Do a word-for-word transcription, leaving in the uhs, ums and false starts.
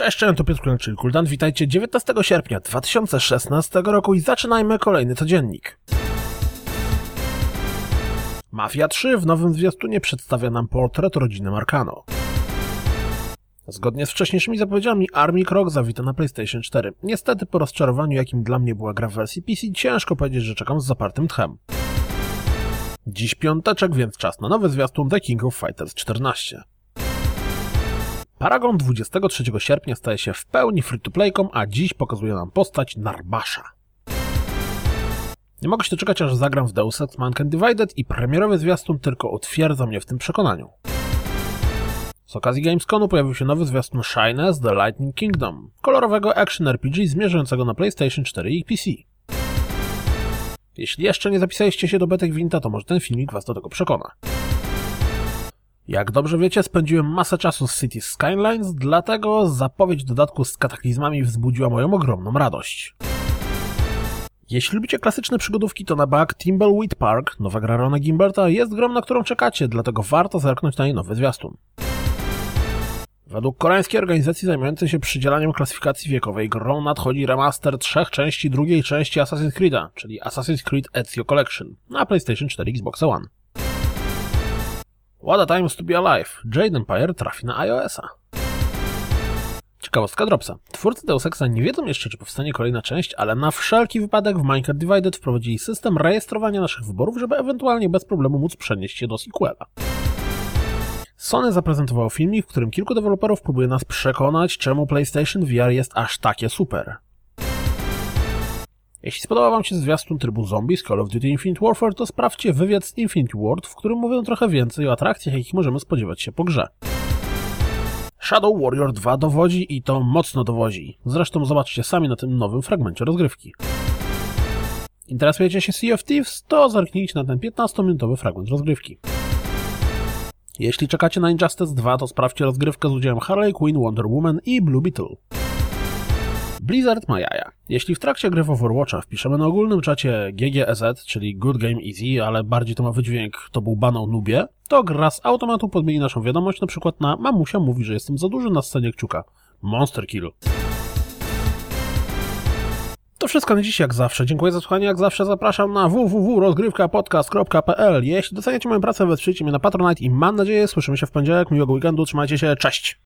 Cześć, cześć, to Piotr Kuldan, czyli Kuldan. Witajcie dziewiętnastego sierpnia dwa tysiące szesnastego roku i zaczynajmy kolejny codziennik. Mafia trzy w nowym zwiastunie przedstawia nam portret rodziny Marcano. Zgodnie z wcześniejszymi zapowiedziami, Army Krok zawita na PlayStation cztery. Niestety po rozczarowaniu, jakim dla mnie była gra w wersji P C, ciężko powiedzieć, że czekam z zapartym tchem. Dziś piąteczek, więc czas na nowy zwiastun The King of Fighters czternaście. Paragon dwudziestego trzeciego sierpnia staje się w pełni free-to-playką, a dziś pokazuje nam postać Narbasha. Nie mogę się doczekać, aż zagram w Deus Ex Mankind Divided i premierowy zwiastun tylko utwierdza mnie w tym przekonaniu. Z okazji Gamescomu pojawił się nowy zwiastun Shines The Lightning Kingdom, kolorowego action R P G zmierzającego na PlayStation cztery i P C. Jeśli jeszcze nie zapisaliście się do betek Winta, to może ten filmik was do tego przekona. Jak dobrze wiecie, spędziłem masę czasu z Cities Skylines, dlatego zapowiedź dodatku z kataklizmami wzbudziła moją ogromną radość. Jeśli lubicie klasyczne przygodówki, to na bank Thimbleweed Park, nowa gra Rona Gimberta, jest grą, na którą czekacie, dlatego warto zerknąć na jej nowy zwiastun. Według koreańskiej organizacji zajmującej się przydzielaniem klasyfikacji wiekowej grą nadchodzi remaster trzech części drugiej części Assassin's Creed'a, czyli Assassin's Creed Ezio Collection, na PlayStation cztery i Xbox One. What a times to be alive. Jade Empire trafi na iOS-a. Ciekawostka Dropsa. Twórcy Deus Exa nie wiedzą jeszcze, czy powstanie kolejna część, ale na wszelki wypadek w Minecraft Divided wprowadzili system rejestrowania naszych wyborów, żeby ewentualnie bez problemu móc przenieść się do sequela. Sony zaprezentowało filmik, w którym kilku deweloperów próbuje nas przekonać, czemu PlayStation V R jest aż takie super. Jeśli spodobał wam się zwiastun trybu zombie z Call of Duty Infinite Warfare, to sprawdźcie wywiad z Infinity Ward, w którym mówią trochę więcej o atrakcjach, jakich możemy spodziewać się po grze. Shadow Warrior dwa dowodzi i to mocno dowodzi. Zresztą zobaczcie sami na tym nowym fragmencie rozgrywki. Interesujecie się Sea of Thieves? To zerknijcie na ten piętnastominutowy fragment rozgrywki. Jeśli czekacie na Injustice dwa, to sprawdźcie rozgrywkę z udziałem Harley Quinn, Wonder Woman i Blue Beetle. Blizzard ma jaja. Jeśli w trakcie gry w Overwatcha wpiszemy na ogólnym czacie G G E Z, czyli Good Game Easy, ale bardziej to ma wydźwięk to był ban o nubie, to gra z automatu podmieni naszą wiadomość, na przykład na mamusia mówi, że jestem za duży na scenie kciuka. Monster Kill. To wszystko na dziś jak zawsze. Dziękuję za słuchanie, jak zawsze zapraszam na w w w kropka rozgrywka podcast kropka p l. Jeśli doceniacie moją pracę, wesprzyjcie mnie na Patronite i mam nadzieję słyszymy się w poniedziałek. Miłego weekendu, trzymajcie się, cześć!